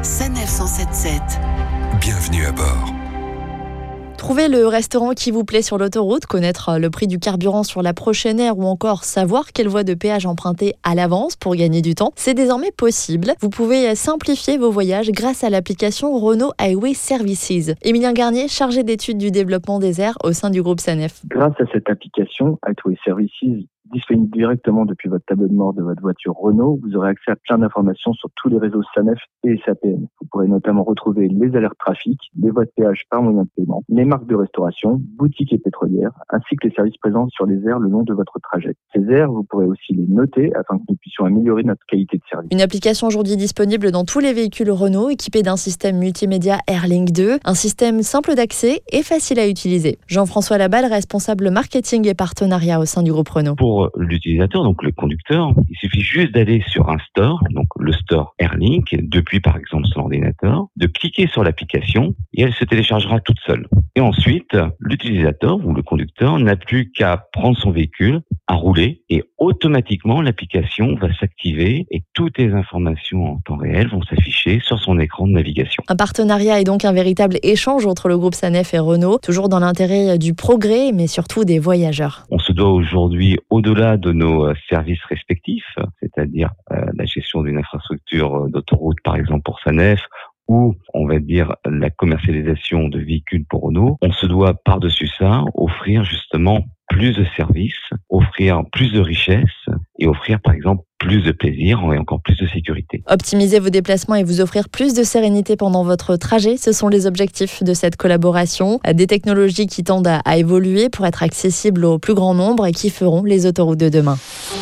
Sanef 177. Bienvenue à bord. Trouver le restaurant qui vous plaît sur l'autoroute, connaître le prix du carburant sur la prochaine heure ou encore savoir quelle voie de péage emprunter à l'avance pour gagner du temps, c'est désormais possible. Vous pouvez simplifier vos voyages grâce à l'application Renault Highway Services. Émilien Garnier, chargé d'études du développement des airs au sein du groupe Sanef. Grâce à cette application, Highway Services, disponible directement depuis votre tableau de bord de votre voiture Renault, vous aurez accès à plein d'informations sur tous les réseaux Sanef et SAPN. Vous pourrez notamment retrouver les alertes trafic, les voies de péage par moyen de paiement, les marques de restauration, boutiques et pétrolières, ainsi que les services présents sur les aires le long de votre trajet. Ces aires, vous pourrez aussi les noter afin que nous puissions améliorer notre qualité de service. Une application aujourd'hui disponible dans tous les véhicules Renault équipée d'un système multimédia AirLink 2, un système simple d'accès et facile à utiliser. Jean-François Laballe, responsable marketing et partenariat au sein du groupe Renault. Pour l'utilisateur, donc le conducteur, il suffit juste d'aller sur un store, donc le store AirLink, depuis par exemple son ordinateur, de cliquer sur l'application et elle se téléchargera toute seule. Et ensuite, l'utilisateur ou le conducteur n'a plus qu'à prendre son véhicule, à rouler et automatiquement l'application va s'activer et toutes les informations en temps réel vont s'afficher sur son écran de navigation. Un partenariat est donc un véritable échange entre le groupe Sanef et Renault, toujours dans l'intérêt du progrès mais surtout des voyageurs. On se doit aujourd'hui, au-delà de nos services respectifs, c'est-à-dire la gestion d'une infrastructure d'autoroute par exemple pour Sanef, ou on va dire la commercialisation de véhicules pour Renault, on se doit par-dessus ça offrir justement plus de services, offrir plus de richesses et offrir par exemple plus de plaisir et encore plus de sécurité. Optimiser vos déplacements et vous offrir plus de sérénité pendant votre trajet, ce sont les objectifs de cette collaboration. Des technologies qui tendent à évoluer pour être accessibles au plus grand nombre et qui feront les autoroutes de demain.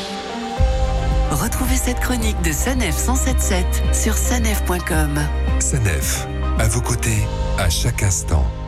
Retrouvez cette chronique de Sanef 177 sur sanef.com. Sanef, à vos côtés, à chaque instant.